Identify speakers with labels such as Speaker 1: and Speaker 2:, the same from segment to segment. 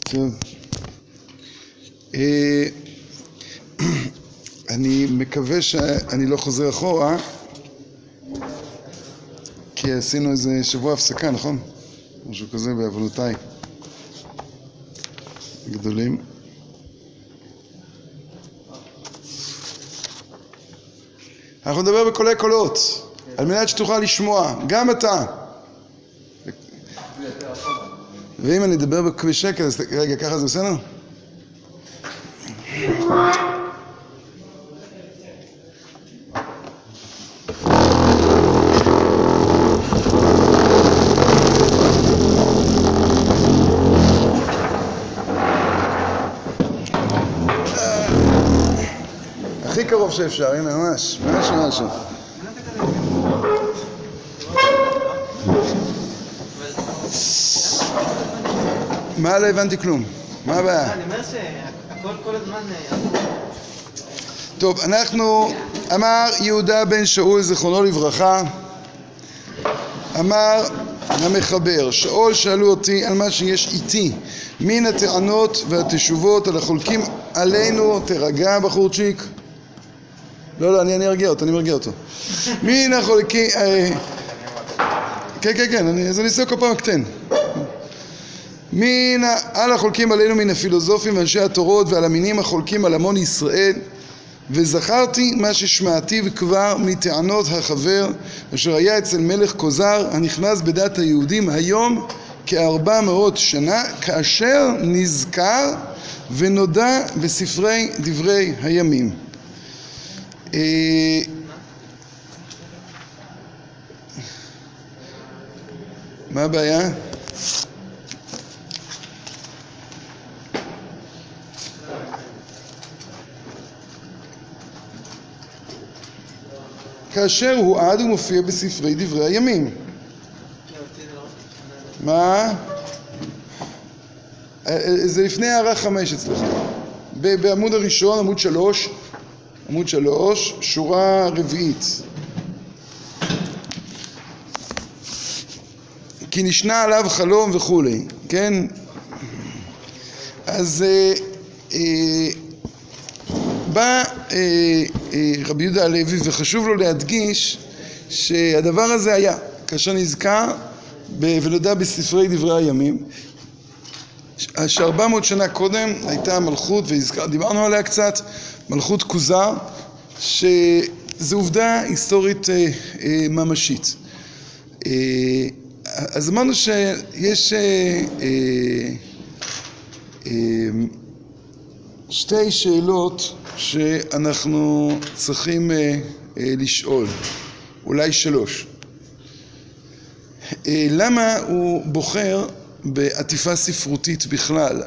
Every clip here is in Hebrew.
Speaker 1: טוב. אני מקווה שאני לא חוזר אחורה, כי עשינו איזה שבוע הפסקה, נכון? משהו כזה בעוונותיי גדולים. אנחנו נדבר בקולי קולות, על מנת שתוכל לשמוע, גם אתה. ואם אני אדבר בשקט, אז רגע, ככה זה בסדר? הכי קרוב שאפשר, הנה ממש, משהו. מה? לא הבנתי כלום. מה הבעיה?
Speaker 2: אני אומר שהכל כל הזמן...
Speaker 1: טוב, אמר יהודה בן שאול זכרונו לברכה, אמר המחבר, שאול שאלו אותי על מה שיש איתי מן הטענות והתשובות על החולקים עלינו. תרגע בחורצ'יק. לא, אני ארגיע אותו. מן החולקים... כן, אז אני אעשה כל פעם הקטן. על החולקים עלינו מן הפילוסופים ואנשי התורות ועל המינים החולקים על המון ישראל, וזכרתי מה ששמעתי וכבר מטענות החבר אשר היה אצל מלך כוזר הנכנס בדת היהודים היום כ400 שנה, כאשר נזכר ונודע בספרי דברי הימים. מה הבעיה? כאשר הוא עד ומופיע בספרי דברי הימים. מה? זה לפני הערה 5 אצלך. בעמוד הראשון, עמוד 3, שורה רביעית. כי נשנה עליו חלום וכולי, כן? אז בא רבי יהודה הלוי וחשוב לו להדגיש שהדבר הזה היה כאשר נזכר ונודע בספרי דברי הימים, ש400 שנה קודם הייתה מלכות, ודיברנו עליה קצת, מלכות כוזר, שזו עובדה היסטורית ממשית. אז אמרנו שיש שתי שאלות שאנחנו צריכים לשאול, אולי 3. למה הוא בוחר בעטיפה ספרותית בכלל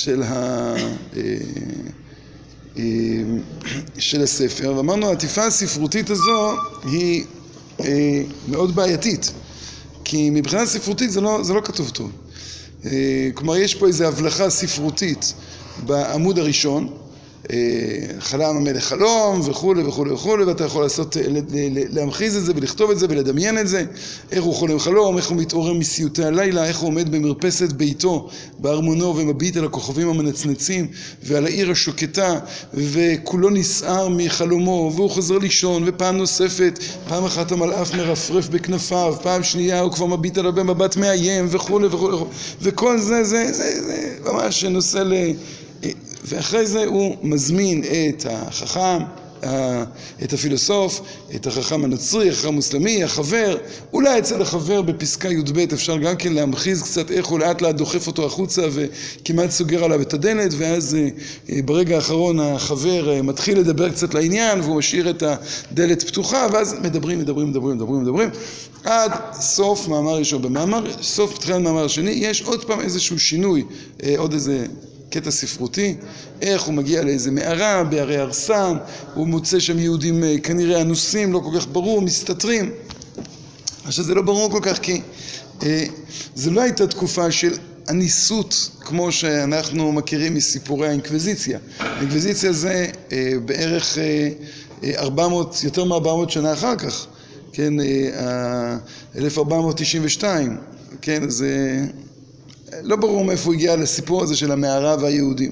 Speaker 1: של הספר? ואמרנו, העטיפה הספרותית הזו היא מאוד בעייתית, כי מבחינה ספרותית זה לא כתוב טוב. כלומר, יש פה איזו הבלחה ספרותית בעמוד הראשון, חלם המלך חלום וכולי, ואתה יכול להמחיז את זה ולכתוב את זה ולדמיין את זה, איך הוא חולם חלום, איך הוא מתעורר מסיוטי הלילה, איך הוא עומד במרפסת ביתו בארמונו ומביט על הכוכבים המנצנצים ועל העיר השוקטה, וכולו נסער מחלומו, והוא חוזר לישון, ופעם נוספת, פעם אחת המלאך מרפרף בכנפיו, פעם שנייה הוא כבר מביט עליו במבט מאיים וכולי, וכל זה ממש נושא ואחרי זה הוא מזמין את החכם, את הפילוסוף, את החכם הנוצרי, החכם המוסלמי, החבר. אולי אצל החבר בפסקה י"ב אפשר גם כן להמחיז קצת איך הוא לאט לאט דוחף אותו החוצה וכמעט סוגר עליו את הדלת, ואז ברגע האחרון החבר מתחיל לדבר קצת לעניין והוא משאיר את הדלת פתוחה, ואז מדברים עד סוף מאמר ראשון. סוף תחילת מאמר שני יש עוד פעם איזשהו שינוי, עוד איזה קטע ספרותי, איך הוא מגיע לאיזה מערה בהרי הרסן, הוא מוצא שם יהודים כנראה אנוסים, לא כל כך ברור, מסתתרים. עכשיו זה לא ברור כל כך, כי זה לא הייתה תקופה של אניסות כמו שאנחנו מכירים מסיפורי האינקוויזיציה. האינקוויזיציה זה בערך 400, יותר מ-400 שנה אחר כך, כן, 1492, כן, זה לא ברור מאיפה הוא הגיע לסיפור הזה של המערה והיהודים.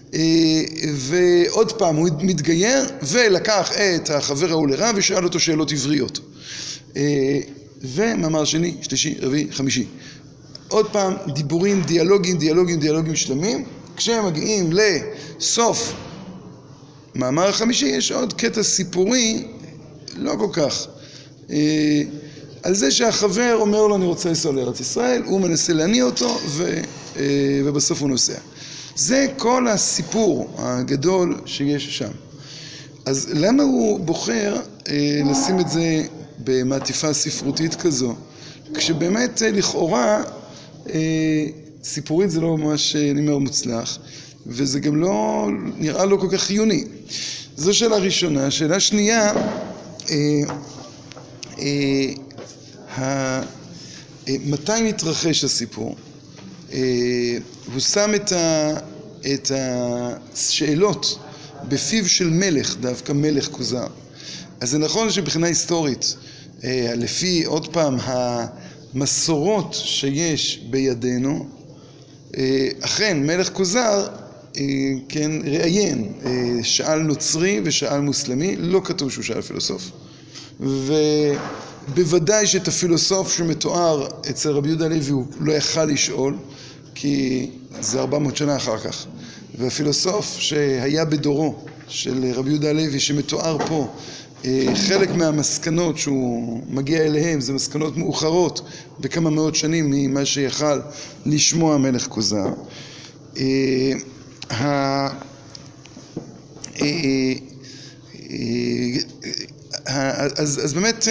Speaker 1: ועוד פעם הוא מתגייר ולקח את החבר ההוא לרב ושאל אותו שאלות עבריות. ומאמר שני, שלישי, רביעי, חמישי. עוד פעם דיבורים, דיאלוגים שלמים. כשהם מגיעים לסוף מאמר החמישי יש עוד קטע סיפורי, לא כל כך, על זה שהחבר אומר לו אני רוצה לנסוע לארץ ישראל, הוא מנסה להניע אותו ובסוף הוא נוסע. זה כל הסיפור הגדול שיש שם. אז למה הוא בוחר לשים את זה במעטיפה ספרותית כזו? כשבאמת לכאורה סיפורית זה לא ממש נאמר מוצלח, וזה גם לא נראה לו כל כך חיוני. זו שאלה ראשונה. שאלה שנייה, מתי מתרחש הסיפור? הוא שם את השאלות בפיו של מלך, דווקא מלך כוזר. אז זה נכון שבחינה היסטורית, לפי עוד פעם המסורות שיש בידינו, אכן מלך כוזר כן ראיין, שאל נוצרי ושאל מוסלמי, לא כתוב שהוא שאל פילוסוף. ובוודאי שאת הפילוסוף שמתואר אצל רבי יהודה הלוי הוא לא יכל לשאול, כי זה 400 שנה אחר כך. והפילוסוף שהיה בדורו של רבי יהודה הלוי שמתואר פה, חלק מהמסקנות שהוא מגיע אליהם זה מסקנות מאוחרות בכמה מאות שנים ממה שיכל לשמוע מלך כוזר. אז באמת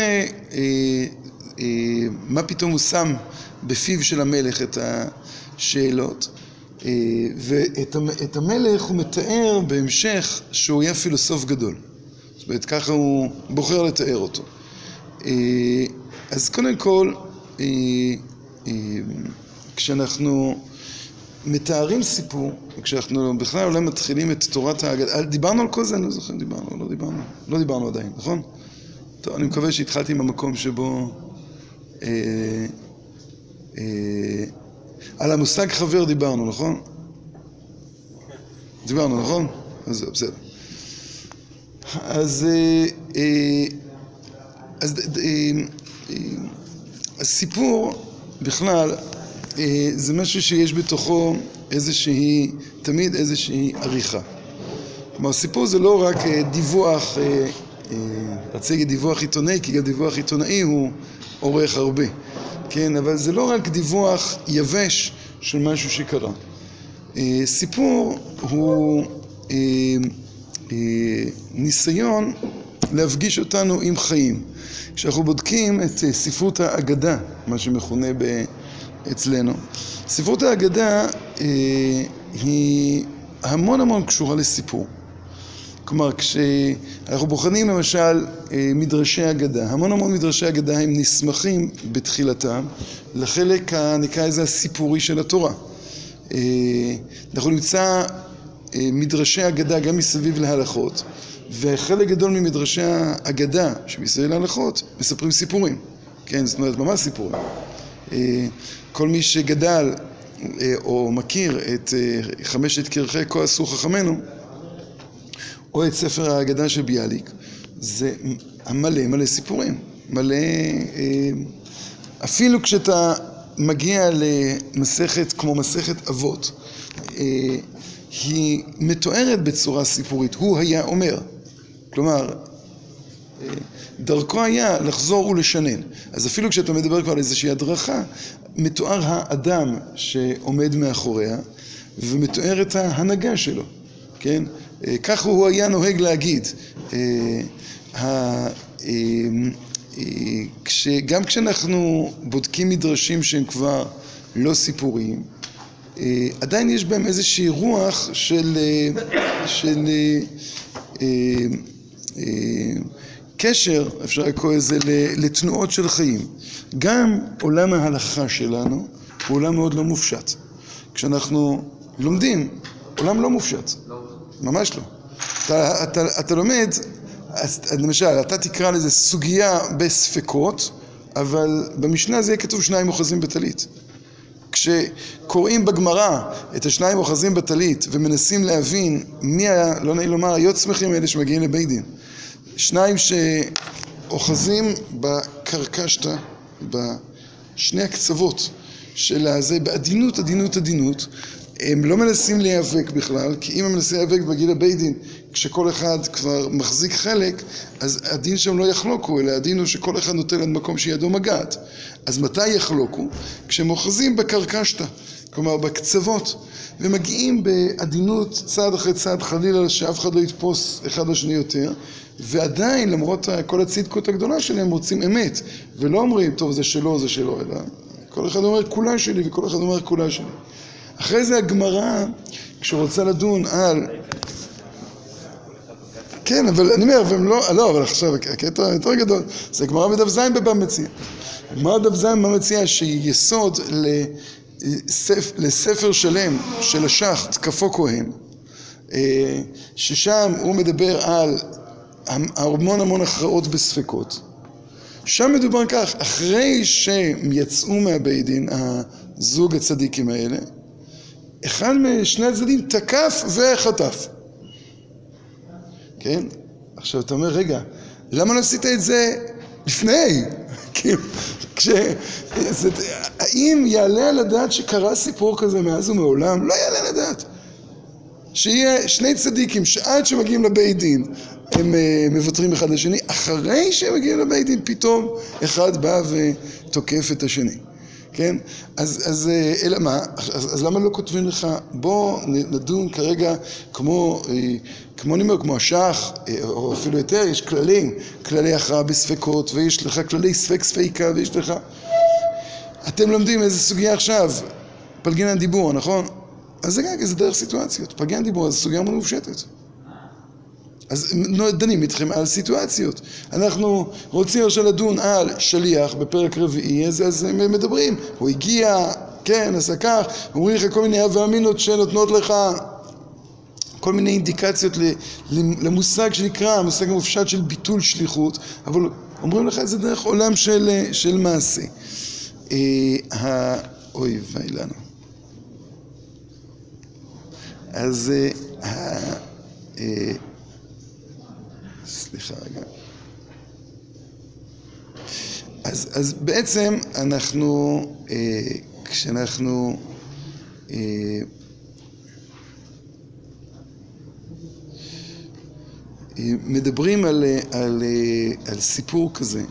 Speaker 1: מה פתאום הוא שם בפיו של המלך את השאלות, ואת המלך הוא מתאר בהמשך שהוא היה פילוסוף גדול. זאת אומרת, ככה הוא בוחר לתאר אותו. אז קודם כל, כשאנחנו מתארים סיפור, וכשאנחנו בכלל אולי מתחילים את תורת האגדה, דיברנו על כל זה, אני לא זוכר, לא דיברנו עדיין, נכון? טוב, אני מקווה שהתחלתי עם המקום שבו על המושג חבר דיברנו, נכון? דיברנו, נכון? אז בסדר. אז הסיפור בכלל זה משהו שיש בתוכו תמיד איזושהי עריכה. כלומר, הסיפור זה לא רק דיווח, רציתי להגיד דיווח עיתונאי, כי גם דיווח עיתונאי הוא עורך הרבה, כן? אבל זה לא רק דיווח יבש של משהו שקרה. סיפור הוא ניסיון להפגיש אותנו עם חיים. כשאנחנו בודקים את ספרות האגדה, מה שמכונה אצלנו, ספרות האגדה היא המון קשורה לסיפור. כלומר, כשאנחנו בוחנים למשל מדרשי אגדה, המון מדרשי אגדה הם נסמכים בתחילתם לחלק נקרא לזה הסיפורי של התורה. אנחנו נמצא מדרשי אגדה גם מסביב להלכות, וחלק גדול ממדרשי האגדה שמסביב להלכות מספרים סיפורים. כן, זאת אומרת, ממש סיפורים. כל מי שגדל או מכיר את חמשת כרכי כה עשו חכמינו, או את ספר האגדה של ביאליק, זה מלא סיפורים. מלא, אפילו כשאתה מגיע למסכת כמו מסכת אבות, היא מתוארת בצורה סיפורית. הוא היה אומר, כלומר, דרכו היה לחזור ולשנן. אז אפילו כשאתה מדבר כבר על איזושהי הדרכה, מתואר האדם שעומד מאחוריה, ומתואר את ההנהגה שלו, כן? כך הוא היה נוהג להגיד. גם כשאנחנו בודקים מדרשים שהם כבר לא סיפוריים, עדיין יש בהם איזושהי רוח של קשר, אפשר לקרוא את זה, לתנועות של חיים. גם עולם ההלכה שלנו הוא עולם מאוד לא מופשט. כשאנחנו לומדים, עולם לא מופשט. ממש לא. אתה לומד, למשל, אתה תקרא לזה סוגיה בספקות, אבל במשנה זה יהיה כתוב 2 אוחזים בטלית. כשקוראים בגמרא את השניים אוחזים בטלית ומנסים להבין מי לא נעים לומר, היוצמחים האלה שמגיעים לבית דין. שניים שאוחזים בקרקשתא, בשני הקצוות של הזה, בעדינות, עדינות, הם לא מנסים להיאבק בכלל, כי אם הם מנסים להיאבק בגיל הבית דין, כשכל אחד כבר מחזיק חלק, אז הדין שם לא יחלוקו, אלא הדין הוא שכל אחד נוטל עד מקום שידו מגעת. אז מתי יחלוקו? כשהם אוחזים בקרקשתא, כלומר בקצוות, ומגיעים בעדינות צעד אחרי צעד, חלילה שאף אחד לא יתפוס אחד לשני יותר, ועדיין למרות כל הצדקות הגדולה שלהם רוצים אמת, ולא אומרים טוב זה שלו, אלא כל אחד אומר כולה שלי וכל אחד אומר כולה שלי. אחרי זה הגמרא, כשרוצה לדון על... כן, אבל אני אומר, לא, אבל עכשיו, הקטע יותר גדול, זה הגמרא בדף זין בבא מציע. הגמרא בדף זין בבא מציע שהיא יסוד לספר שלם של השחט, כפו כהן, ששם הוא מדבר על המון הכרעות בספקות. שם מדובר כך, אחרי שהם יצאו מהבית דין, הזוג הצדיקים האלה, אחד משני הצדדים תקף וחטף. כן? עכשיו אתה אומר, רגע, למה לא עשית את זה לפני? האם יעלה על הדעת שקרה סיפור כזה מאז ומעולם? לא יעלה על הדעת. שיהיה שני צדיקים שעד שמגיעים לבית דין הם מבטרים אחד לשני, אחרי שהם מגיעים לבית דין פתאום אחד בא ותוקף את השני. כן? אז אלא מה? אז למה לא כותבים לך, בוא נדון כרגע כמו השח, או אפילו יותר, יש כללי הכרעה בספקות, ויש לך כללי ספקה, ויש לך... אתם לומדים איזה סוגיה עכשיו, פלגין דיבור, נכון? אז זה גם, זה דרך סיטואציות. פלגין דיבור, זו סוגיה מאוד מופשטת. אז דנים איתכם על סיטואציות. אנחנו רוצים עכשיו לדון על שליח בפרק רביעי, אז מדברים, הוא הגיע, כן, עשה כך, אומרים לך כל מיני אמינות שנותנות לך כל מיני אינדיקציות למושג שנקרא, המושג המופשט של ביטול שליחות, אבל אומרים לך את זה דרך עולם של מעשה. אוי ואי לנו. אז סליחה רגע. אז בעצם אנחנו, כשאנחנו מדברים על סיפור כזה,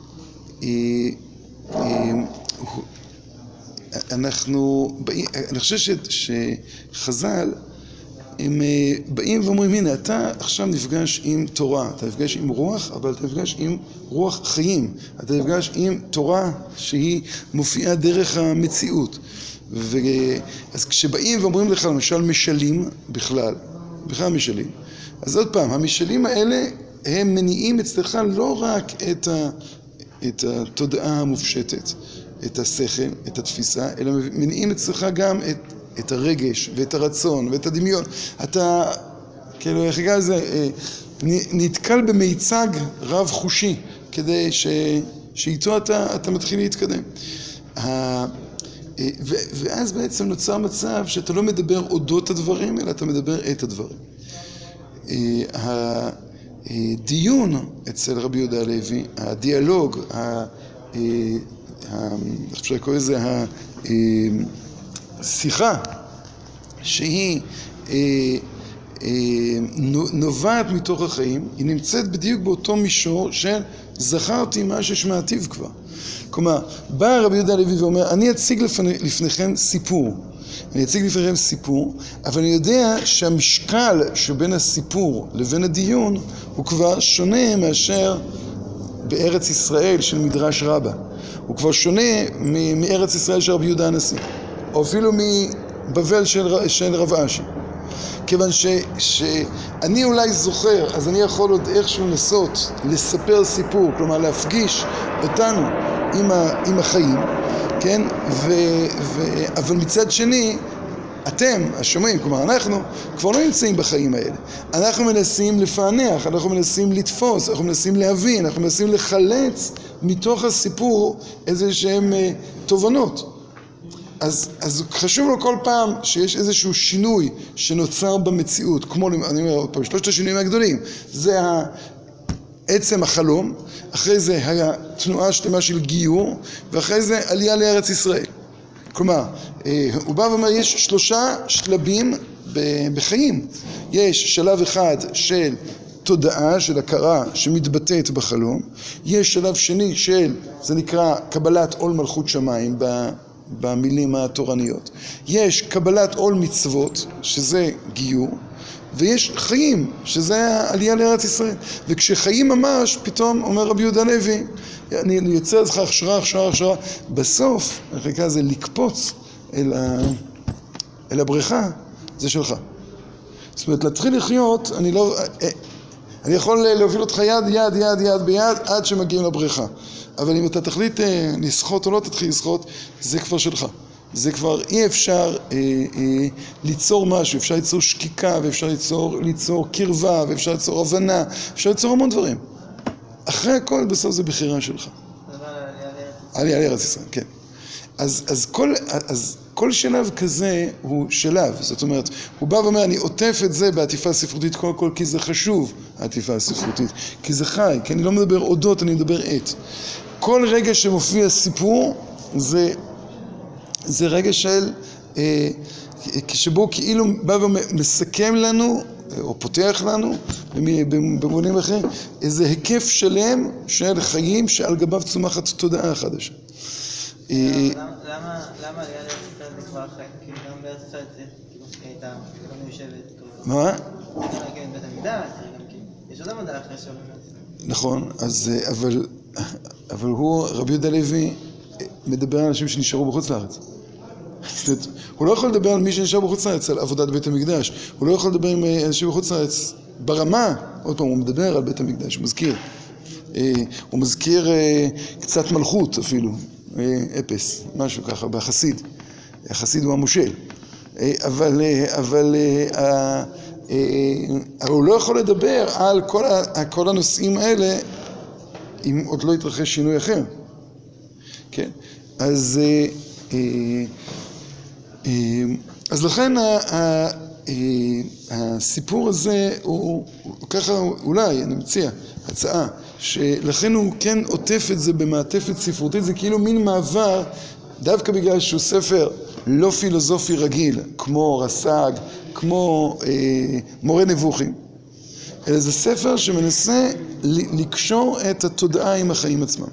Speaker 1: אני חושב שחז"ל הם באים ואומרים, הנה, אתה עכשיו נפגש עם תורה, אתה נפגש עם רוח, אבל אתה נפגש עם רוח חיים, אתה נפגש עם תורה שהיא מופיעה דרך המציאות. אז כשבאים ואומרים לך, למשל, משלים בכלל משלים, אז עוד פעם, המשלים האלה הם מניעים אצלך לא רק את התודעה המופשטת, את השכל, את התפיסה, אלא מניעים אצלך גם את הרגש ואת הרצון ואת הדמיון. אתה, כאילו, איך הגע לזה, נתקל במיצג רב חושי, כדי שאיתו אתה מתחיל להתקדם. ואז בעצם נוצר מצב שאתה לא מדבר אודות הדברים, אלא אתה מדבר את הדברים. הדיון אצל רבי יהודה הלוי, הדיאלוג, אפשר לקרוא לזה השיחה שהיא נובעת מתוך החיים, היא נמצאת בדיוק באותו מישור של זכרתי מה ששמעתיו כבר. כלומר, בא רבי יהודה הלוי ואומר, אני אציג לפניכם סיפור, אבל אני יודע שהמשקל שבין הסיפור לבין הדיון הוא כבר שונה מאשר בארץ ישראל של מדרש רבה. הוא כבר שונה מארץ ישראל של רבי יהודה הנשיא, או אפילו מבבל של רב אשי. כיוון שאני אולי זוכר, אז אני יכול עוד איכשהו לנסות לספר סיפור, כלומר להפגיש אותנו עם החיים, כן? אבל מצד שני, אתם, השומעים, כלומר אנחנו כבר לא נמצאים בחיים האלה. אנחנו מנסים לפענח, אנחנו מנסים לתפוס, אנחנו מנסים להבין, אנחנו מנסים לחלץ מתוך הסיפור איזה שהם תובנות. אז חשוב לו כל פעם שיש איזשהו שינוי שנוצר במציאות, כמו, אני אומר עוד פעם, שלושת השינויים הגדולים, זה עצם החלום, אחרי זה התנועה השלמה של גיור, ואחרי זה עלייה לארץ ישראל. כלומר, הוא בא ואומר, יש 3 שלבים בחיים. יש שלב אחד של תודעה, של הכרה שמתבטאת בחלום. יש שלב שני של, זה נקרא קבלת עול מלכות שמיים במילים התורניות. יש קבלת עול מצוות, שזה גיור. ויש חיים, שזה העלייה לארץ ישראל. וכשחיים ממש, פתאום אומר רבי יהודה הלוי, אני יוצר לך הכשרה. בסוף, החלקה זה לקפוץ אל הבריכה, זה שלך. זאת אומרת, להתחיל לחיות, אני יכול להוביל אותך יד ביד, עד שמגיעים לבריכה. אבל אם אתה תחליט לשחות או לא תתחיל לשחות, זה כבר שלך. זה כבר אי אפשר ליצור משהו, אפשר ליצור שקיקה, ואפשר ליצור קרבה, ואפשר ליצור הבנה, אפשר ליצור המון דברים. אחרי הכל, בסוף זה בחירה שלך. עלייה לארץ ישראל, כן. אז כל שלב כזה הוא שלב, זאת אומרת, הוא בא ואומר, אני עוטף את זה בעטיפה ספרותית קודם כל, כי זה חשוב, העטיפה הספרותית, כי זה חי, כי אני לא מדבר אודות, אני מדבר את. כל רגע שמופיע סיפור, זה רגע של, שבו כאילו בא ומסכם לנו, או פותח לנו, במובנים אחרים, איזה היקף שלם של חיים שעל גביו צומחת תודעה חדשה.
Speaker 2: למה עלייה לארץ ישראל זה כבר חיים? כאילו גם בארץ ישראל הייתה לא מיושבת.
Speaker 1: מה?
Speaker 2: גם בית המקדש, יש עוד עבודה אחרי שעולים.
Speaker 1: נכון, אבל הוא, רבי יהודה הלוי, מדבר על אנשים שנשארו בחוץ לארץ. הוא לא יכול לדבר על מי שנשאר בחוץ לארץ, על עבודת בית המקדש. הוא לא יכול לדבר עם אנשים בחוץ לארץ ברמה. עוד פעם, הוא מדבר על בית המקדש, הוא מזכיר. הוא מזכיר קצת מלכות אפילו, אפס, משהו ככה, בחסיד. החסיד הוא המושל. אבל הוא לא יכול לדבר על כל הנושאים האלה אם עוד לא יתרחש שינוי אחר. כן? אז לכן הסיפור הזה הוא ככה, אולי, אני מציע, הצעה, שלכן הוא כן עוטף את זה במעטפת ספרותית, זה כאילו מין מעבר, דווקא בגלל שהוא ספר לא פילוסופי רגיל, כמו רס"ג, כמו מורה נבוכים, אלא זה ספר שמנסה לקשור את התודעה עם החיים עצמם.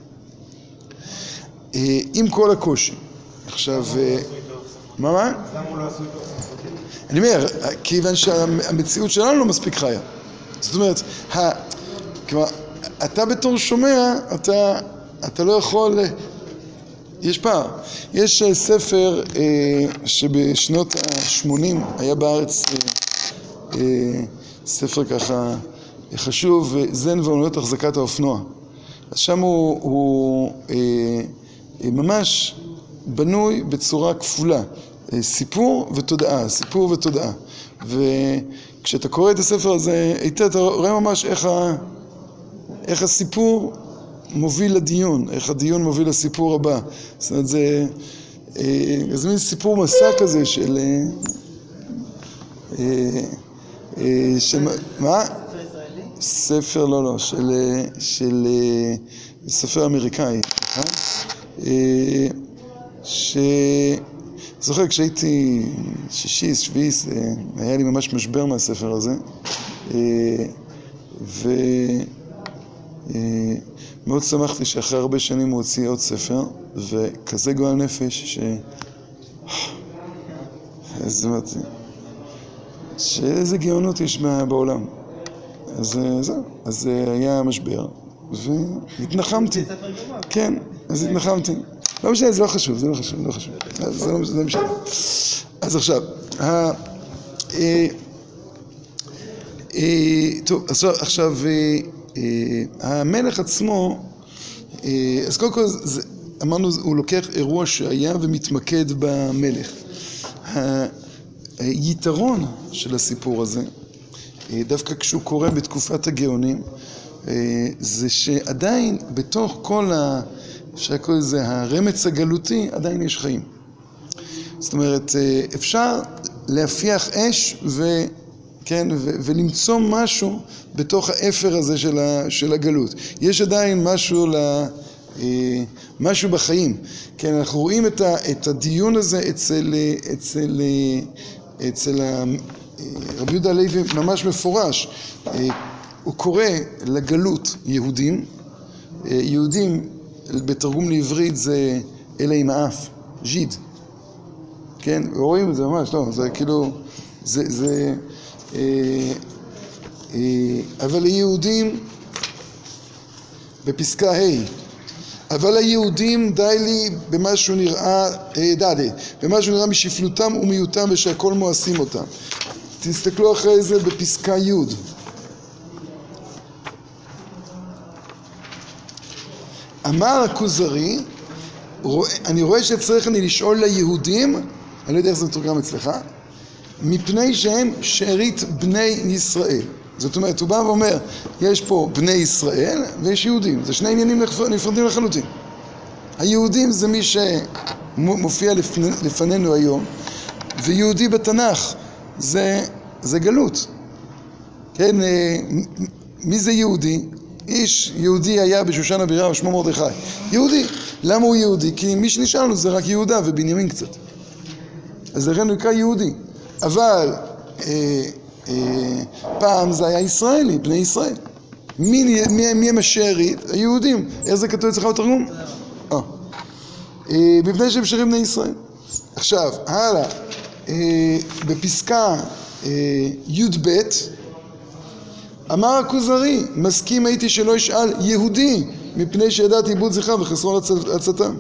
Speaker 1: עם כל הקושי. עכשיו, מה?
Speaker 3: למה הוא לא עשו איתו ספרותית?
Speaker 1: אני אומר, כיוון שהמציאות שלנו לא מספיק חיה. זאת אומרת, כלומר, אתה בתור שומע, אתה לא יכול, יש פער. יש ספר שבשנות ה-80 היה בארץ ספר ככה חשוב, זן ואומנויות החזקת האופנוע. אז שם הוא ממש בנוי בצורה כפולה, סיפור ותודעה. וכשאתה קורא את הספר הזה, אתה רואה ממש איך הסיפור מוביל לדיון, איך הדיון מוביל לסיפור הבא. זאת אומרת, זה מין סיפור מסע כזה של... מה? ספר, לא, של ספר אמריקאי. זוכר, כשהייתי שישיס, שביעיס, היה לי ממש משבר מהספר הזה. ומאוד שמחתי שאחרי הרבה שנים הוא הוציא עוד ספר, וכזה גועל נפש אז אמרתי, שאיזה גאונות יש בעולם. אז זהו, אז היה משבר, והתנחמתי. כן, אז התנחמתי. לא משנה, זה לא חשוב. זה לא משנה. אז עכשיו, טוב, עכשיו, המלך עצמו, אז קודם כל, אמרנו, הוא לוקח אירוע שהיה ומתמקד במלך. היתרון של הסיפור הזה, דווקא כשהוא קורא בתקופת הגאונים, זה שעדיין בתוך כל אפשר לקרוא לזה הרמץ הגלותי, עדיין יש חיים. זאת אומרת, אפשר להפיח אש כן, ולמצוא משהו בתוך האפר הזה של הגלות. יש עדיין משהו בחיים. כן, אנחנו רואים את הדיון הזה אצל רבי יהודה הלוי ממש מפורש. הוא קורא לגלות יהודים. יהודים בתרגום לעברית זה אלה עם האף, ז'יד. כן, רואים את זה ממש, לא, זה כאילו, אבל היהודים, בפסקה ה', אבל היהודים די לי במשהו נראה, במשהו נראה משפלותם ומיותם ושהכל מואסים אותם. תסתכלו אחרי זה בפסקה י'. אמר הכוזרי, אני רואה שצריך אני לשאול ליהודים, אני לא יודע איך זה מתורגם אצלך, מפני שהם שארית בני ישראל. זאת אומרת, הוא בא ואומר, יש פה בני ישראל ויש יהודים. זה שני עניינים נפרדים לחלוטין. היהודים זה מי שמופיע לפנינו היום, ויהודי בתנ"ך זה גלות. כן, מי זה יהודי? איש יהודי היה בשושן הבירה ושמו מרדכי. יהודי. למה הוא יהודי? כי מי שנשאר לנו זה רק יהודה ובנימין קצת. אז לכן הוא נקרא יהודי. אבל פעם זה היה ישראלי, בני ישראל. מי הם השארית? היהודים. איך זה כתוב אצלך בתרגום? מפני שהם שארים בני ישראל. עכשיו, הלאה. בפסקה י"ב אמר הכוזרי, מסכים הייתי שלא ישאל יהודי מפני שידעתי איבוד זכר וחסרון עצתם.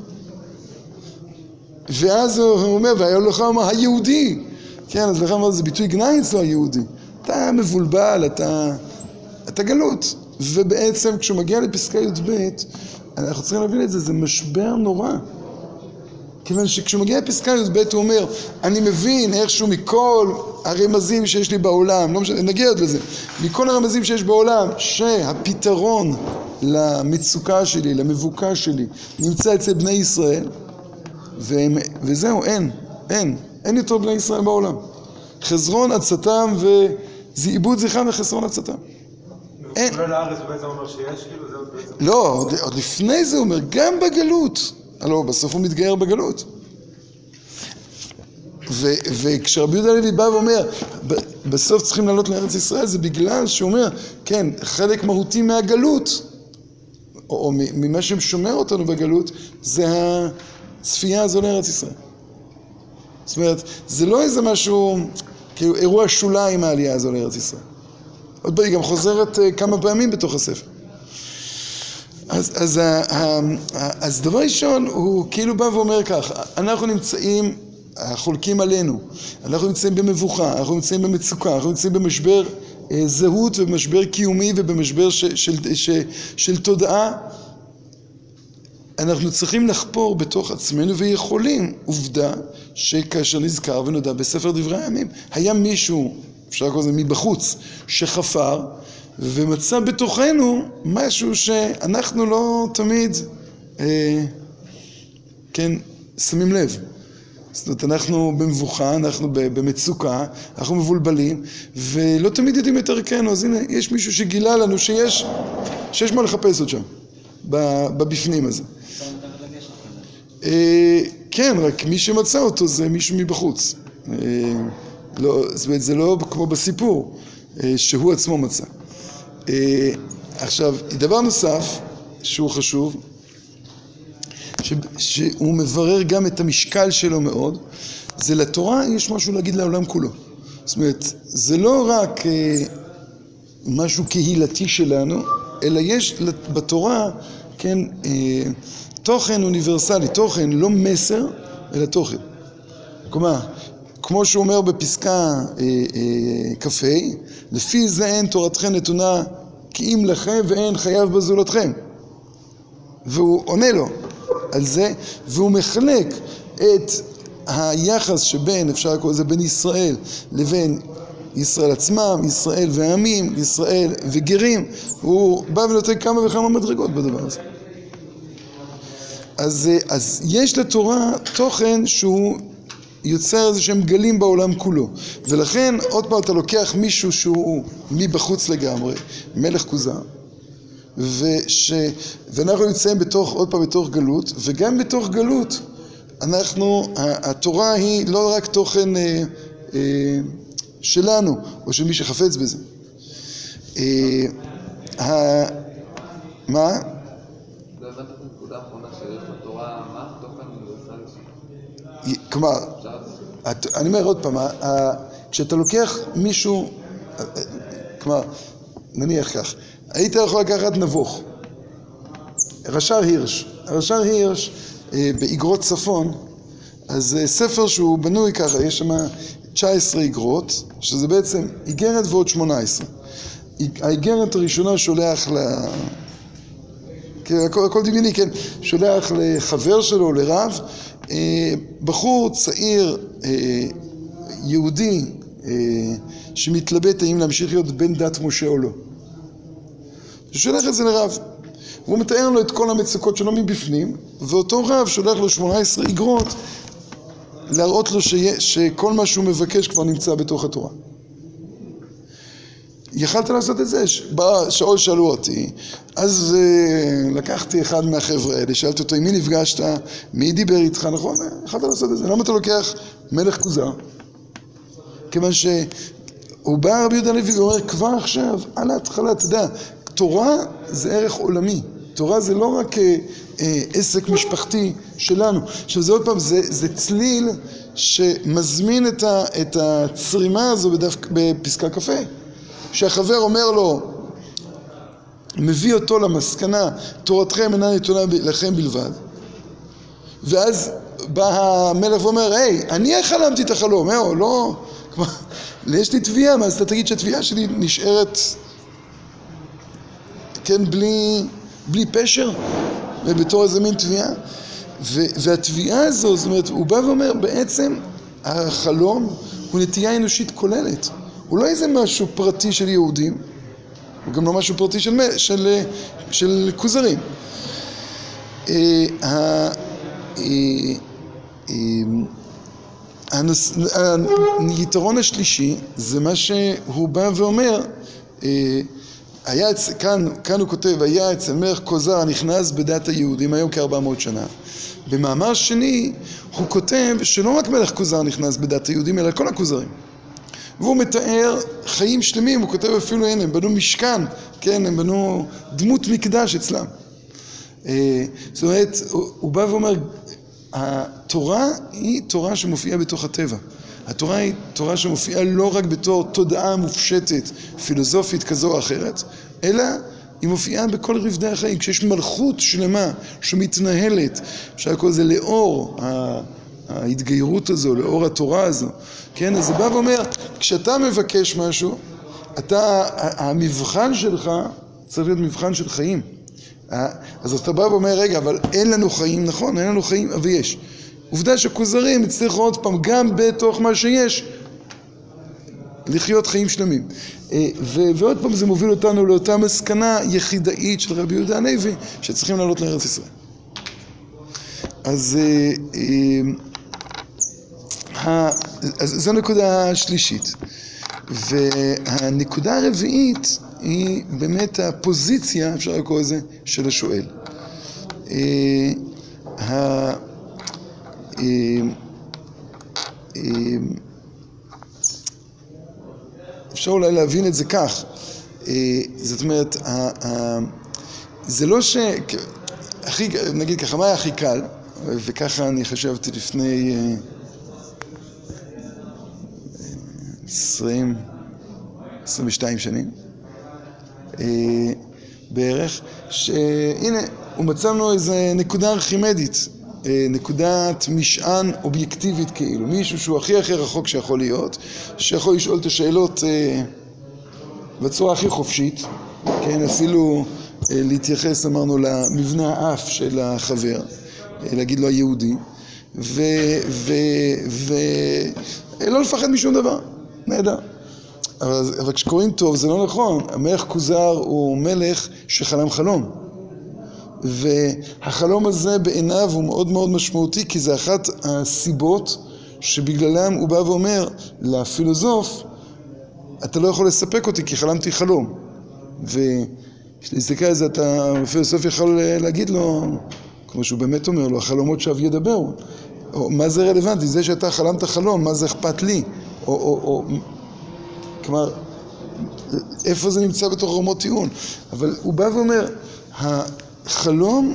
Speaker 1: ואז הוא אומר, והיה לך אומר היהודי. כן, אז לך אומר, זה ביטוי גנאי אצלו היהודי. אתה מבולבל, אתה גלות. ובעצם כשהוא מגיע לפסקה י"ב, אנחנו צריכים להבין את זה, זה משבר נורא. כיוון שכשהוא מגיע לפסקה י"ב הוא אומר, אני מבין איכשהו מכל הרמזים שיש לי בעולם, לא משנה, נגיע עוד לזה, מכל הרמזים שיש בעולם, שהפתרון למצוקה שלי, למבוקה שלי, נמצא אצל בני ישראל, וזהו, אין יותר בני ישראל בעולם. חסרון עצתם וזה איבוד זכרם וחסרון עצתם. אין.
Speaker 3: כולל הארץ ובעצם אומר שיש, כאילו זה עוד בעצם...
Speaker 1: לא, עוד לפני זה הוא אומר, גם בגלות. הלוא, בסוף הוא מתגייר בגלות. וכשרבי יהודה הלוי בא ואומר, בסוף צריכים לעלות לארץ ישראל, זה בגלל שהוא אומר, כן, חלק מהותי מהגלות, או ממה ששומר אותנו בגלות, זה הצפייה הזו לארץ ישראל. זאת אומרת, זה לא איזה משהו, כאילו אירוע שוליים העלייה הזו לארץ ישראל. עוד פעם, היא גם חוזרת כמה פעמים בתוך הספר. אז דבר ראשון, הוא כאילו בא ואומר כך, אנחנו נמצאים, חולקים עלינו, אנחנו נמצאים במבוכה, אנחנו נמצאים במצוקה, אנחנו נמצאים במשבר זהות ובמשבר קיומי ובמשבר של תודעה. אנחנו צריכים לחפור בתוך עצמנו ויכולים, עובדה שכאשר נזכר ונודע בספר דברי הימים, היה מישהו, אפשר לקרוא לזה מבחוץ, שחפר ומצא בתוכנו משהו שאנחנו לא תמיד, כן, שמים לב. זאת אומרת, אנחנו במבוכה, אנחנו במצוקה, אנחנו מבולבלים, ולא תמיד יודעים את ערכנו. אז הנה, יש מישהו שגילה לנו שיש מה לחפש עוד שם, בבפנים הזה. כן, רק מי שמצא אותו זה מישהו מבחוץ. זאת אומרת, זה לא כמו בסיפור, שהוא עצמו מצא. עכשיו, דבר נוסף שהוא חשוב, שהוא מברר גם את המשקל שלו מאוד, זה לתורה יש משהו להגיד לעולם כולו. זאת אומרת, זה לא רק משהו קהילתי שלנו, אלא יש בתורה, כן, תוכן אוניברסלי, תוכן לא מסר, אלא תוכן. כלומר, כמו שהוא אומר בפסקה כ"ה, לפי זה אין תורתכם נתונה כי אם לכם ואין חייב בזולתכם. והוא עונה לו על זה, והוא מחלק את היחס שבין, אפשר לקרוא לזה בין ישראל לבין ישראל עצמם, ישראל ועמים, ישראל וגרים. הוא בא ונותן כמה וכמה מדרגות בדבר הזה. אז יש לתורה תוכן שהוא יוצר איזה שהם גלים בעולם כולו. ולכן עוד פעם אתה לוקח מישהו שהוא מבחוץ לגמרי, מלך כוזר, ואנחנו נמצאים עוד פעם בתוך גלות, וגם בתוך גלות התורה היא לא רק תוכן שלנו או של מי שחפץ בזה. מה?
Speaker 4: לא הבנת את הנקודה האחרונה שיש בתורה, מה? תוכן אוניברסלי.
Speaker 1: כלומר, אני אומר עוד פעם, כשאתה לוקח מישהו, כלומר, נניח כך, היית יכול לקחת נבוך, רש"ר הירש באגרות צפון, אז ספר שהוא בנוי ככה, יש שם 19 אגרות, שזה בעצם איגרת ועוד 18. האיגרת הראשונה שולח הכל דמיוני, כן, שולח לחבר שלו, לרב, בחור צעיר, יהודי, שמתלבט האם להמשיך להיות בן דת משה או לא. שולח את זה לרב. והוא מתאר לו את כל המצוקות שלו מבפנים, ואותו רב שולח לו 18 אגרות, להראות לו שכל מה שהוא מבקש כבר נמצא בתוך התורה. יכלת לעשות את זה, שאול שאלו אותי, אז לקחתי אחד מהחבר'ה האלה, שאלתי אותו, עם מי נפגשת, מי דיבר איתך, נכון? יכלת לעשות את זה, למה אתה לוקח מלך כוזר? כיוון שהוא בא רבי יהודה הלוי ואומר, כבר עכשיו, על ההתחלה, אתה יודע, תורה זה ערך עולמי, תורה זה לא רק עסק משפחתי שלנו, שזה עוד פעם, זה צליל שמזמין את הצרימה הזו בפסקה קפה. שהחבר אומר לו, מביא אותו למסקנה, תורתכם אינה נתונה לכם בלבד. ואז בא המלך ואומר, היי, אני חלמתי את החלום, לא, יש לי תביעה, אז אתה תגיד שהתביעה שלי נשארת, כן, בלי פשר, ובתור איזה מין תביעה. והתביעה הזו, זאת אומרת, הוא בא ואומר, בעצם החלום הוא נטייה אנושית כוללת. הוא לא איזה משהו פרטי של יהודים, הוא גם לא משהו פרטי של כוזרים. היתרון השלישי זה מה שהוא בא ואומר, כאן הוא כותב, היה אצל מלך כוזר הנכנס בדת היהודים היום כ-400 שנה. במאמר שני הוא כותב שלא רק מלך כוזר נכנס בדת היהודים, אלא כל הכוזרים. והוא מתאר חיים שלמים, הוא כותב אפילו, הנה, הם בנו משכן, כן, הם בנו דמות מקדש אצלם. זאת אומרת, הוא בא ואומר, התורה היא תורה שמופיעה בתוך הטבע. התורה היא תורה שמופיעה לא רק בתור תודעה מופשטת, פילוסופית כזו או אחרת, אלא היא מופיעה בכל רבדי החיים. כשיש מלכות שלמה שמתנהלת, אפשר לקרוא לזה לאור ההתגיירות הזו, לאור התורה הזו, כן? אז זה בא ואומר, כשאתה מבקש משהו, המבחן שלך צריך להיות מבחן של חיים. אז אתה בא ואומר, רגע, אבל אין לנו חיים, נכון, אין לנו חיים, אבל יש. עובדה שכוזרים הצליחו עוד פעם, גם בתוך מה שיש, לחיות חיים שלמים. ועוד פעם זה מוביל אותנו לאותה מסקנה יחידאית של רבי יהודה הלוי, שצריכים לעלות לארץ ישראל. אז זו נקודה השלישית. והנקודה הרביעית היא באמת הפוזיציה, אפשר לקרוא לזה, של השואל. אפשר אולי להבין את זה כך. זאת אומרת, זה לא נגיד ככה, מה היה הכי קל? וככה אני חשבתי לפני 22 שנים בערך, שהנה, הוא מצאנו איזה נקודה ארכימדית, נקודת משען אובייקטיבית כאילו, מישהו שהוא הכי רחוק שיכול להיות, שיכול לשאול את השאלות בצורה הכי חופשית, כן, אפילו להתייחס, אמרנו, למבנה האף של החבר, להגיד לו היהודי, ולא לפחד משום דבר, נהדר. אבל כשקוראים טוב זה לא נכון, המלך כוזר הוא מלך שחלם חלום, והחלום הזה בעיניו הוא מאוד מאוד משמעותי, כי זה אחת הסיבות שבגללם הוא בא ואומר לפילוסוף, אתה לא יכול לספק אותי כי חלמתי חלום. וכשנסתכל על זה, הפילוסוף יכול להגיד לו, כמו שהוא באמת אומר לו, החלומות שאב ידברו. או מה זה רלוונטי? זה שאתה חלמת חלום, מה זה אכפת לי? כלומר, איפה זה נמצא בתוך רמות טיעון? אבל הוא בא ואומר, החלום,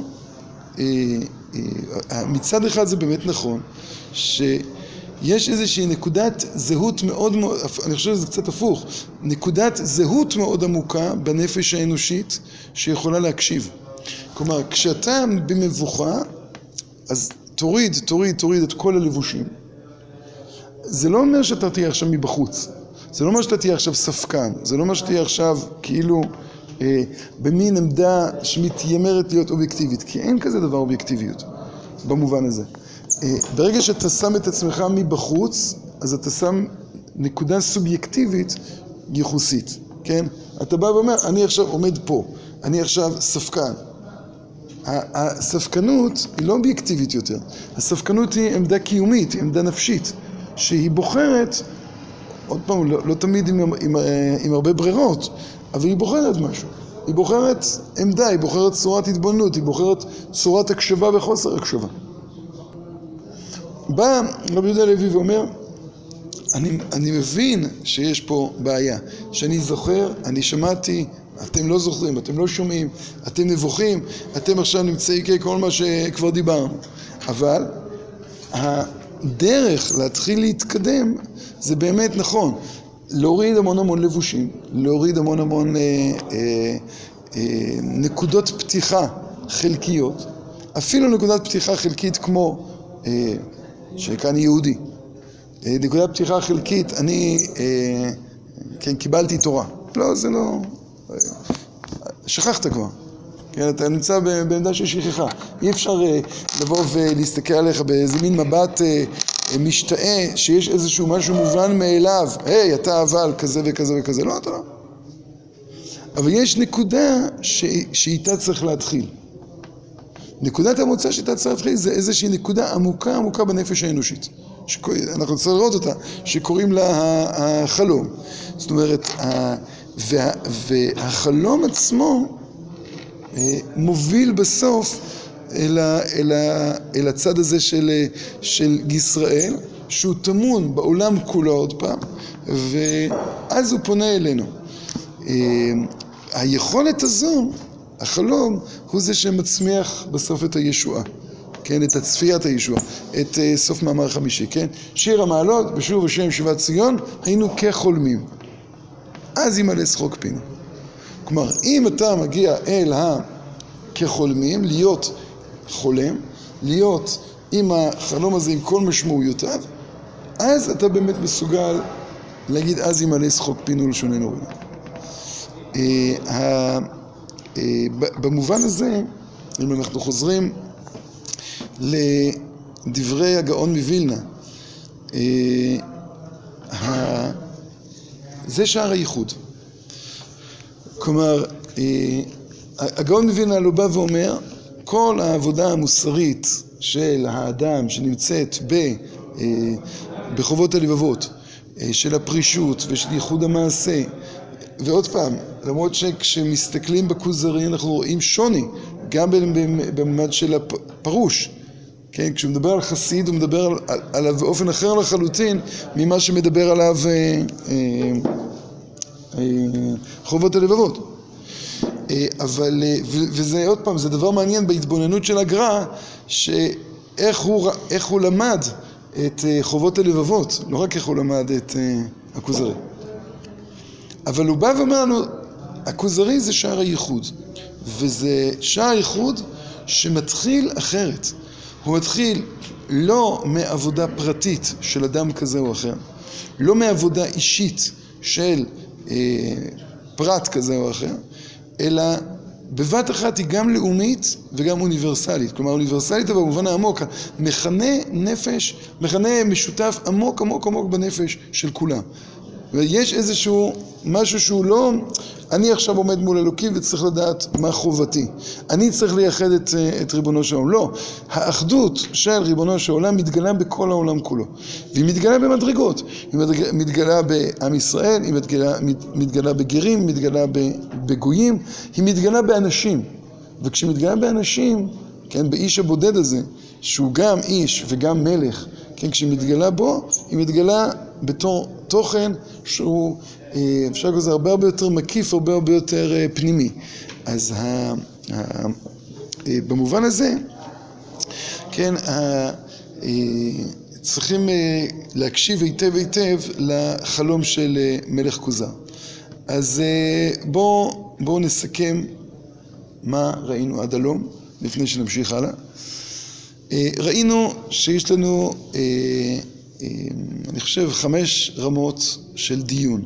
Speaker 1: מצד אחד זה באמת נכון, שיש איזושהי נקודת זהות מאוד מאוד, אני חושב שזה קצת הפוך, נקודת זהות מאוד עמוקה בנפש האנושית שיכולה להקשיב. כלומר, כשאתה במבוכה, אז תוריד את כל הלבושים. זה לא אומר שאתה תהיה עכשיו מבחוץ. זה לא אומר שאתה תהיה עכשיו ספקן. זה לא אומר שאתה תהיה עכשיו כאילו במין עמדה שמתיימרת להיות אובייקטיבית. כי אין כזה דבר אובייקטיביות במובן הזה. ברגע שאתה שם את עצמך מבחוץ, אז אתה שם נקודה סובייקטיבית יחוסית. כן? אתה בא ואומר, אני עכשיו עומד פה. אני עכשיו ספקן. הספקנות היא לא אובייקטיבית יותר. הספקנות היא עמדה קיומית, היא עמדה נפשית, שהיא בוחרת, עוד פעם, לא תמיד עם הרבה ברירות, אבל היא בוחרת משהו. היא בוחרת עמדה, היא בוחרת צורת התבוננות, היא בוחרת צורת הקשבה וחוסר הקשבה. בא רבי יהודה הלוי ואומר, אני מבין שיש פה בעיה, שאני זוכר, אני שמעתי, אתם לא זוכרים, אתם לא שומעים, אתם נבוכים, אתם עכשיו נמצאים כל מה שכבר דיברנו. אבל הדרך להתחיל להתקדם זה באמת נכון. להוריד המון לבושים, להוריד המון נקודות פתיחה חלקיות. אפילו נקודת פתיחה חלקית כמו שכאן יהודי. נקודת פתיחה חלקית, אני קיבלתי תורה. לא, זה לא... שכחת כבר. כן, אתה נמצא בעמדה של שכחה. אי אפשר לבוא ולהסתכל עליך באיזה מין מבט משתאה, שיש איזשהו משהו מובן מאליו. היי, אתה אבל כזה וכזה וכזה. לא, אתה לא. אבל יש נקודה שאיתה צריך להתחיל. נקודת המוצא שאיתה צריך להתחיל זה איזושהי נקודה עמוקה בנפש האנושית. אנחנו צריכים לראות אותה, שקוראים לה החלום. זאת אומרת, והחלום עצמו מוביל בסוף אל הצד הזה של ישראל, שהוא תמון בעולם כולו עוד פעם, ואז הוא פונה אלינו. היכולת הזו, החלום, הוא זה שמצמיח בסוף את הישועה. כן, את הצפיית הישועה, את סוף מאמר חמישי, כן? שיר המעלות, בשוב השם שיבת ציון, היינו כחולמים. אז ימלא שחוק פינו. כלומר, אם אתה מגיע אל כחולמים, להיות חולם, להיות עם החלום הזה, עם כל משמעויותיו, אז אתה באמת מסוגל להגיד, אז ימלא שחוק פינו לשוננו רבים. במובן הזה, אם אנחנו חוזרים לדברי הגאון מווילנה, זה שער הייחוד. כלומר, הגאון מווילנה לא בא ואומר, כל העבודה המוסרית של האדם שנמצאת בחובות הלבבות, של הפרישות ושל ייחוד המעשה, ועוד פעם, למרות שכשמסתכלים בכוזרי אנחנו רואים שוני, גם בממד של הפרוש. כן, כשהוא מדבר על חסיד, הוא מדבר עליו באופן אחר לחלוטין ממה שמדבר עליו חובות הלבבות. אבל, וזה עוד פעם, זה דבר מעניין בהתבוננות של הגר"א, שאיך הוא למד את חובות הלבבות, לא רק איך הוא למד את הכוזרי. אבל הוא בא ואומר לנו, הכוזרי זה שער הייחוד, וזה שער הייחוד שמתחיל אחרת. הוא מתחיל לא מעבודה פרטית של אדם כזה או אחר, לא מעבודה אישית של פרט כזה או אחר, אלא בבת אחת היא גם לאומית וגם אוניברסלית. כלומר, אוניברסלית אבל במובן העמוק, מכנה נפש, מכנה משותף עמוק בנפש של כולם. ויש איזשהו משהו שהוא לא, אני עכשיו עומד מול אלוקים וצריך לדעת מה חובתי. אני צריך לייחד את ריבונו של העולם. לא, האחדות של ריבונו של העולם מתגלה בכל העולם כולו. והיא מתגלה במדרגות. היא מתגלה בעם ישראל, היא מתגלה בגרים, היא מתגלה בגויים, היא מתגלה באנשים. וכשהיא מתגלה באנשים, כן, באיש הבודד הזה, שהוא גם איש וגם מלך, כן, כשהיא מתגלה בו, היא מתגלה בתור תוכן שהוא, אפשר לזה הרבה יותר מקיף, הרבה יותר פנימי. אז במובן הזה, כן, צריכים להקשיב היטב היטב לחלום של מלך כוזר. אז בואו נסכם מה ראינו עד הלום, לפני שנמשיך הלאה. ראינו שיש לנו, אני חושב, 5 רמות של דיון.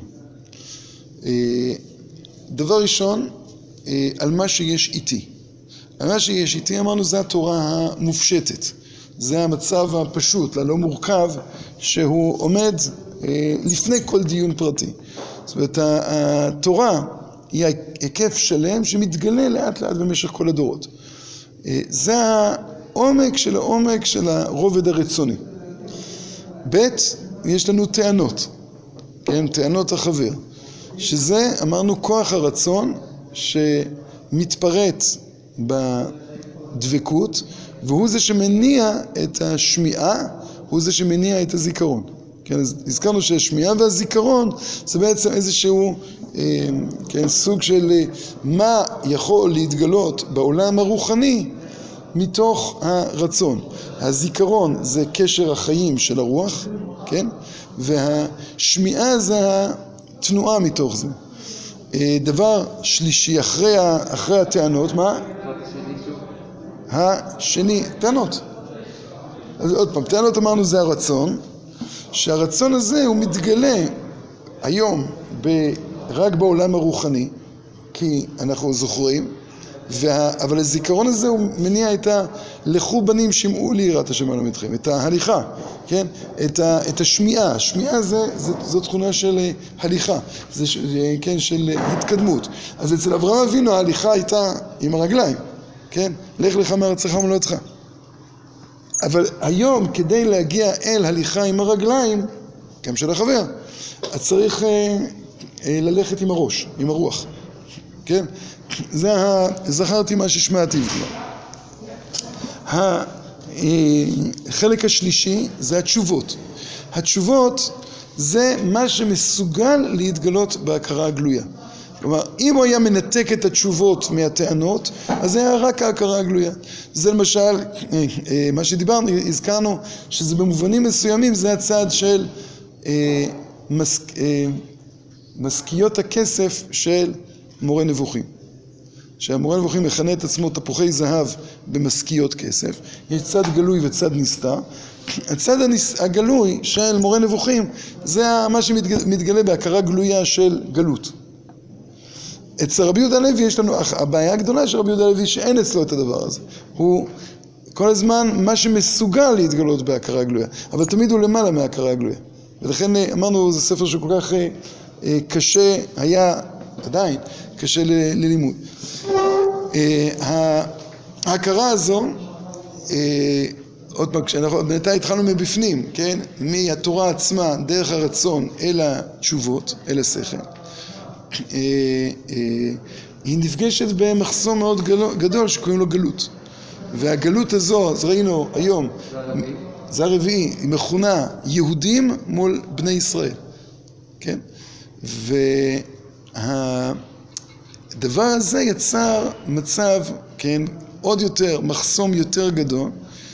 Speaker 1: דבר ראשון, על מה שיש איתי. על מה שיש איתי, אמרנו, זה התורה המופשטת. זה המצב הפשוט, הלא מורכב, שהוא עומד לפני כל דיון פרטי. זאת אומרת, התורה היא היקף שלם שמתגלה לאט לאט במשך כל הדורות. זה העומק של הרובד הרצוני. ב', יש לנו טענות, כן, טענות החבר, שזה, אמרנו, כוח הרצון שמתפרט בדבקות, והוא זה שמניע את השמיעה, הוא זה שמניע את הזיכרון. כן, אז הזכרנו שהשמיעה והזיכרון זה בעצם איזשהו, כן, סוג של מה יכול להתגלות בעולם הרוחני מתוך הרצון. הזיכרון זה קשר החיים של הרוח, כן? והשמיעה זה התנועה מתוך זה. דבר שלישי, אחרי הטענות, מה? השני, טענות. אז עוד פעם, טענות אמרנו זה הרצון, שהרצון הזה הוא מתגלה היום רק בעולם הרוחני, כי אנחנו זוכרים, אבל הזיכרון הזה הוא מניע את לכו בנים שמעו לי יראת השם אלוהיכם, את ההליכה, כן? את השמיעה. השמיעה זו תכונה של הליכה, זה כן, של התקדמות. אז אצל אברהם אבינו ההליכה הייתה עם הרגליים, כן? לך לך מארצך וממולדתך. אבל היום כדי להגיע אל הליכה עם הרגליים, גם של החבר, אז צריך ללכת עם הראש, עם הרוח, כן? זה זכרתי מה ששמעתי כבר. החלק השלישי זה התשובות. התשובות זה מה שמסוגל להתגלות בהכרה הגלויה. כלומר, אם הוא היה מנתק את התשובות מהטענות, אז זה היה רק ההכרה הגלויה. זה למשל, מה שדיברנו, הזכרנו שזה במובנים מסוימים, זה הצד של משכיות הכסף של מורה נבוכים. שהמורה נבוכים מכנה את עצמו תפוחי זהב במשכיות כסף. יש צד גלוי וצד נסתר. הצד הגלוי של מורה נבוכים זה מה שמתגלה בהכרה גלויה של גלות. אצל רבי יהודה הלוי יש לנו, הבעיה הגדולה של רבי יהודה הלוי שאין אצלו את הדבר הזה. הוא כל הזמן מה שמסוגל להתגלות בהכרה גלויה, אבל תמיד הוא למעלה מהכרה גלויה. ולכן אמרנו, זה ספר שכל כך קשה, היה עדיין קשה ללימוד. ההכרה הזו, עוד פעם, כשאנחנו בינתיים התחלנו מבפנים, כן? מהתורה עצמה, דרך הרצון אל התשובות, אל השכל. היא נפגשת במחסום מאוד גדול שקוראים לו גלות. והגלות הזו, אז ראינו היום, זה הרביעי, היא מכונה יהודים מול בני ישראל, כן? הדבר הזה יצר מצב, כן, עוד יותר, מחסום יותר גדול,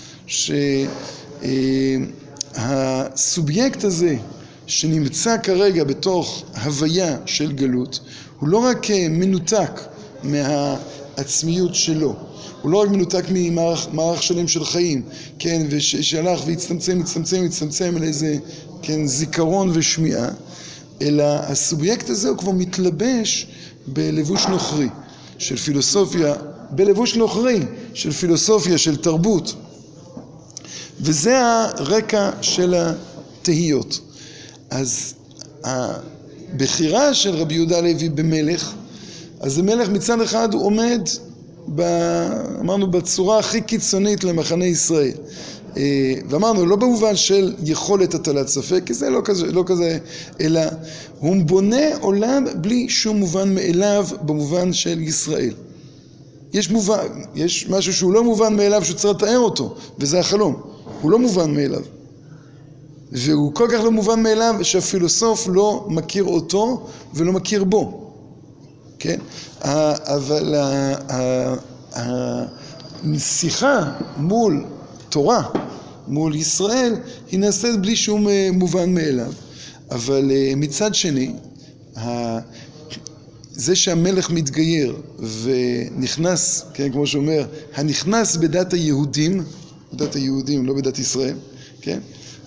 Speaker 1: שהסובייקט הזה שנמצא כרגע בתוך הוויה של גלות, הוא לא רק מנותק מהעצמיות שלו, הוא לא רק מנותק ממערך שלם של חיים, כן, ושהלך והצטמצם אל איזה, כן, זיכרון ושמיעה, אלא הסובייקט הזה הוא כבר מתלבש בלבוש נוכרי של פילוסופיה, בלבוש נוכרי של פילוסופיה, של תרבות. וזה הרקע של התהיות. אז בחירה של רבי יהודה הלוי במלך, אז המלך מצד אחד הוא עומד, אמרנו, בצורה הכי קיצונית למחנה ישראל. ואמרנו, לא במובן של יכולת הטלת ספק, כי זה לא כזה, אלא הוא בונה עולם בלי שום מובן מאליו במובן של ישראל. יש משהו שהוא לא מובן מאליו שצריך לתאר אותו, וזה החלום. הוא לא מובן מאליו. והוא כל כך לא מובן מאליו שהפילוסוף לא מכיר אותו ולא מכיר בו. כן? אבל השיחה מול תורה, מול ישראל, היא נעשית בלי שום מובן מאליו. אבל מצד שני, זה שהמלך מתגייר ונכנס, כן, כמו שאומר, הנכנס בדת היהודים, בדת היהודים, לא בדת ישראל, כן?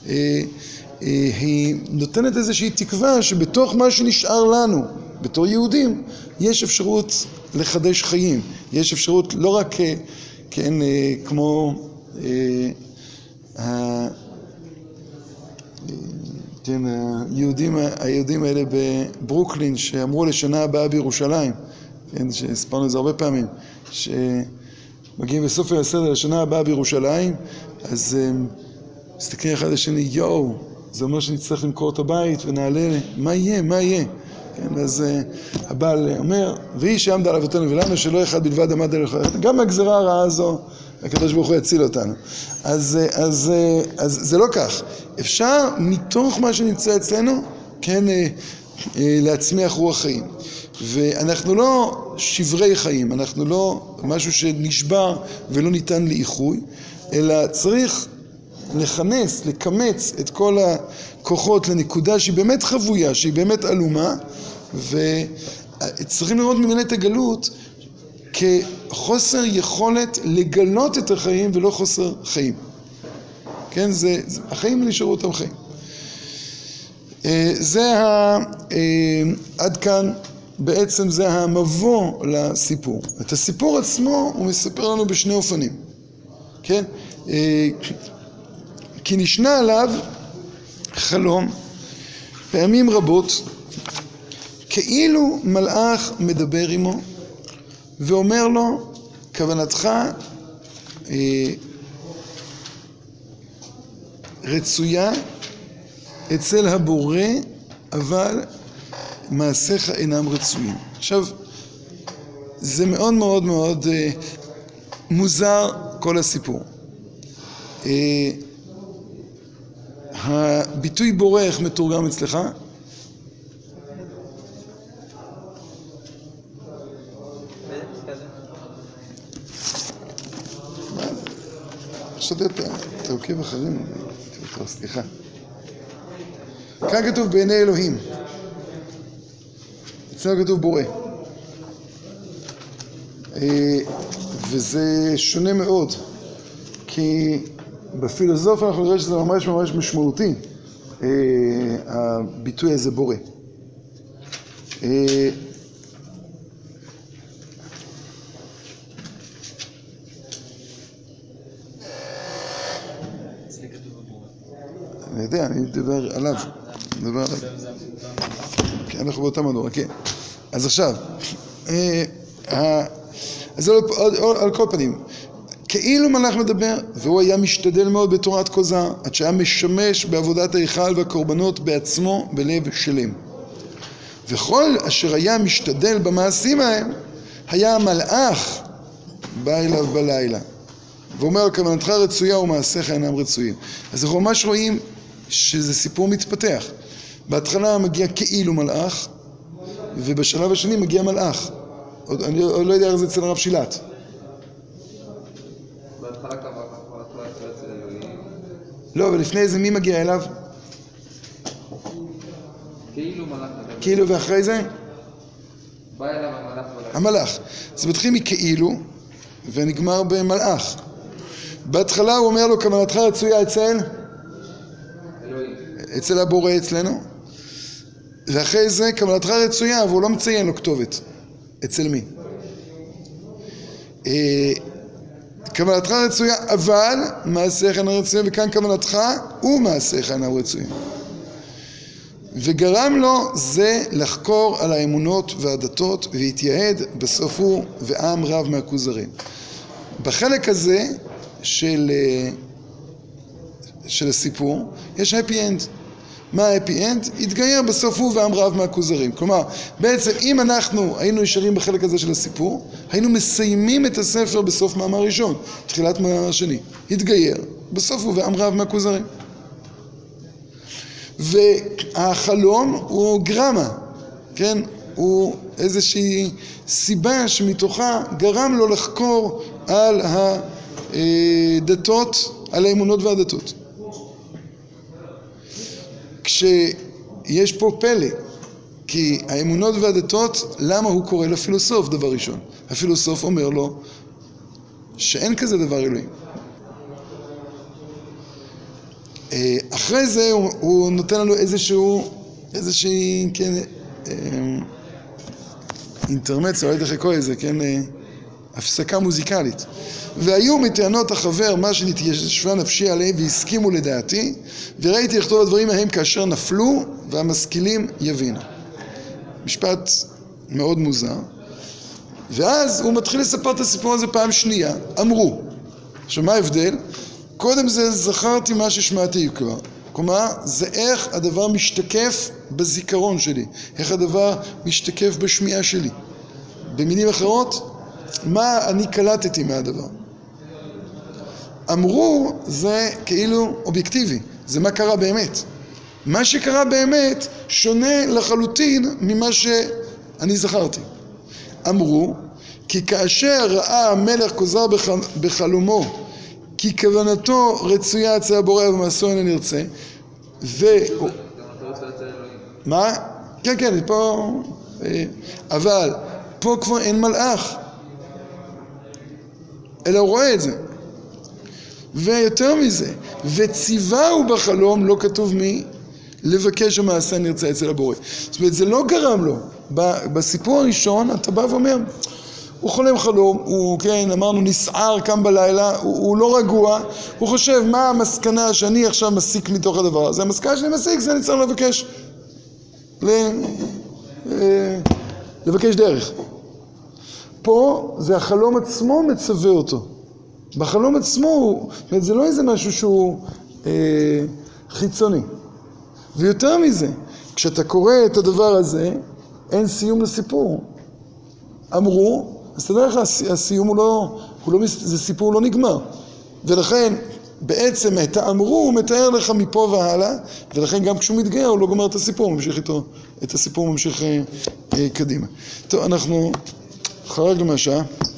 Speaker 1: היא נותנת איזושהי תקווה שבתוך מה שנשאר לנו, בתור יהודים, יש אפשרות לחדש חיים. יש אפשרות לא רק, כן, כמו כן, היהודים האלה בברוקלין שאמרו לשנה הבאה בירושלים, כן, שהספרנו את זה הרבה פעמים, שמגיעים בסוף הסדר לשנה הבאה בירושלים, אז מסתכלים אחד לשני, יואו, זה אומר שנצטרך למכור את הבית ונעלה, מה יהיה, מה יהיה? כן, אז הבעל אומר, והיא שעמדה על אבותינו ולנו, שלא אחד בלבד עמד על אחד, גם הגזרה הרעה הזו, הקדוש ברוך הוא יציל אותנו. אז זה לא כך. אפשר מתוך מה שנמצא אצלנו, כן, להצמיח רוח חיים. ואנחנו לא שברי חיים, אנחנו לא משהו שנשבר ולא ניתן לאיחוי, אלא צריך לכנס, לקמץ את כל הכוחות לנקודה שהיא באמת חבויה, שהיא באמת אלומה, וצריכים לראות ממנה את הגלות כחוסר יכולת לגלות את החיים ולא חוסר חיים. כן, החיים נשארו אותם חיים. עד כאן בעצם זה המבוא לסיפור. את הסיפור עצמו הוא מספר לנו בשני אופנים. כן? כי נשנה עליו חלום פעמים רבות, כאילו מלאך מדבר עמו ואומר לו, כוונתך רצויה אצל הבורא, אבל מעשיך אינם רצויים. עכשיו, זה מאוד מאוד מאוד מוזר כל הסיפור. הביטוי בורא, איך מתורגם אצלך? עכשיו אתה עוקב אחרים, סליחה. כאן כתוב בעיני אלוהים, אצלנו כתוב בורא, וזה שונה מאוד, כי בפילוסופיה אנחנו נראה שזה ממש ממש משמעותי, הביטוי הזה בורא. אני יודע, אני מדבר עליו. כן, אנחנו באותה מדורה, כן. אז עכשיו, אז על כל פנים, כאילו מלאך מדבר, והוא היה משתדל מאוד בתורת כוזר, עד שהיה משמש בעבודת ההיכל והקורבנות בעצמו בלב שלם. וכל אשר היה משתדל במעשים ההם, היה המלאך בא אליו בלילה. ואומר, כוונתך רצויה ומעשיך אינם רצויים. אז אנחנו ממש רואים שזה סיפור מתפתח. בהתחלה מגיע כאילו מלאך, ובשלב השני מגיע מלאך. אני לא יודע איך זה אצל הרב שילת.
Speaker 4: בהתחלה כוונתך אצל אלוהים.
Speaker 1: לא, אבל לפני זה מי מגיע אליו?
Speaker 4: כאילו מלאך מדבר.
Speaker 1: כאילו ואחרי זה?
Speaker 4: בא אליו המלאך בלילה.
Speaker 1: המלאך. זה מתחיל מכאילו ונגמר במלאך. בהתחלה הוא אומר לו, כוונתך רצויה אצל?
Speaker 4: אלוהים.
Speaker 1: אצל הבורא אצלנו. ואחרי זה כוונתך רצויה, אבל הוא לא מציין לו כתובת. אצל מי? כוונתך רצויה, אבל מעשיך אינם רצויים, וכאן כוונתך ומעשיך אינם רצויים. וגרם לו זה לחקור על האמונות והדתות, והתייעד בסוף הוא ועם רב מהכוזרים. בחלק הזה של הסיפור יש הפי אנד. מה ההפי אנד? התגייר בסוף הוא ועם רב מהכוזרים. כלומר, בעצם אם אנחנו היינו נשארים בחלק הזה של הסיפור, היינו מסיימים את הספר בסוף מאמר ראשון, תחילת מאמר שני. התגייר בסוף הוא ועם רב מהכוזרים. והחלום הוא גרמה, כן? הוא איזושהי סיבה שמתוכה גרם לו לחקור על הדתות, על האמונות והדתות. כשיש פה פלא, כי האמונות והדתות, למה הוא קורא לפילוסוף דבר ראשון? הפילוסוף אומר לו שאין כזה דבר אלוהים. אחרי זה הוא נותן לנו איזושהי, כן, אינטרמציה, לא יודע איך לקרוא את זה, כן, הפסקה מוזיקלית. והיו מטענות החבר מה שנתיישבה נפשי עליהם והסכימו לדעתי, וראיתי לכתוב הדברים ההם כאשר נפלו והמשכילים יבינו. משפט מאוד מוזר. ואז הוא מתחיל לספר את הסיפור הזה פעם שנייה. אמרו. עכשיו מה ההבדל? קודם זה זכרתי מה ששמעתי כבר. כלומר, זה איך הדבר משתקף בזיכרון שלי, איך הדבר משתקף בשמיעה שלי. במילים אחרות, מה אני קלטתי מהדבר. אמרו זה כאילו אובייקטיבי, זה מה קרה באמת. מה שקרה באמת שונה לחלוטין ממה שאני זכרתי. אמרו, כי כאשר ראה המלך כוזר בחלומו, כי כוונתו רצויה אצל הבורא ומעשו אינו נרצה, מה? כן, כן, פה, אבל פה כבר אין מלאך, אלא הוא רואה את זה. ויותר מזה, וציווה הוא בחלום, לא כתוב מי, לבקש המעשה נרצה אצל הבורא. זאת אומרת, זה לא גרם לו. בסיפור הראשון, אתה בא ואומר, הוא חולם חלום, הוא, כן, אמרנו, נסער, קם בלילה, הוא לא רגוע, הוא חושב, מה המסקנה שאני עכשיו מסיק מתוך הדבר הזה? המסקנה שאני מסיק זה אני צריך לבקש דרך. פה זה החלום עצמו מצווה אותו. בחלום עצמו, זה לא איזה משהו שהוא חיצוני. ויותר מזה, כשאתה קורא את הדבר הזה, אין סיום לסיפור. אמרו, אז תדע לך, הסיום הוא לא, זה סיפור לא נגמר. ולכן, בעצם את האמרו הוא מתאר לך מפה והלאה, ולכן גם כשהוא מתגייר הוא לא גומר את הסיפור, הוא ממשיך איתו, את הסיפור ממשיך קדימה. טוב, אנחנו חרגנו מהשעה.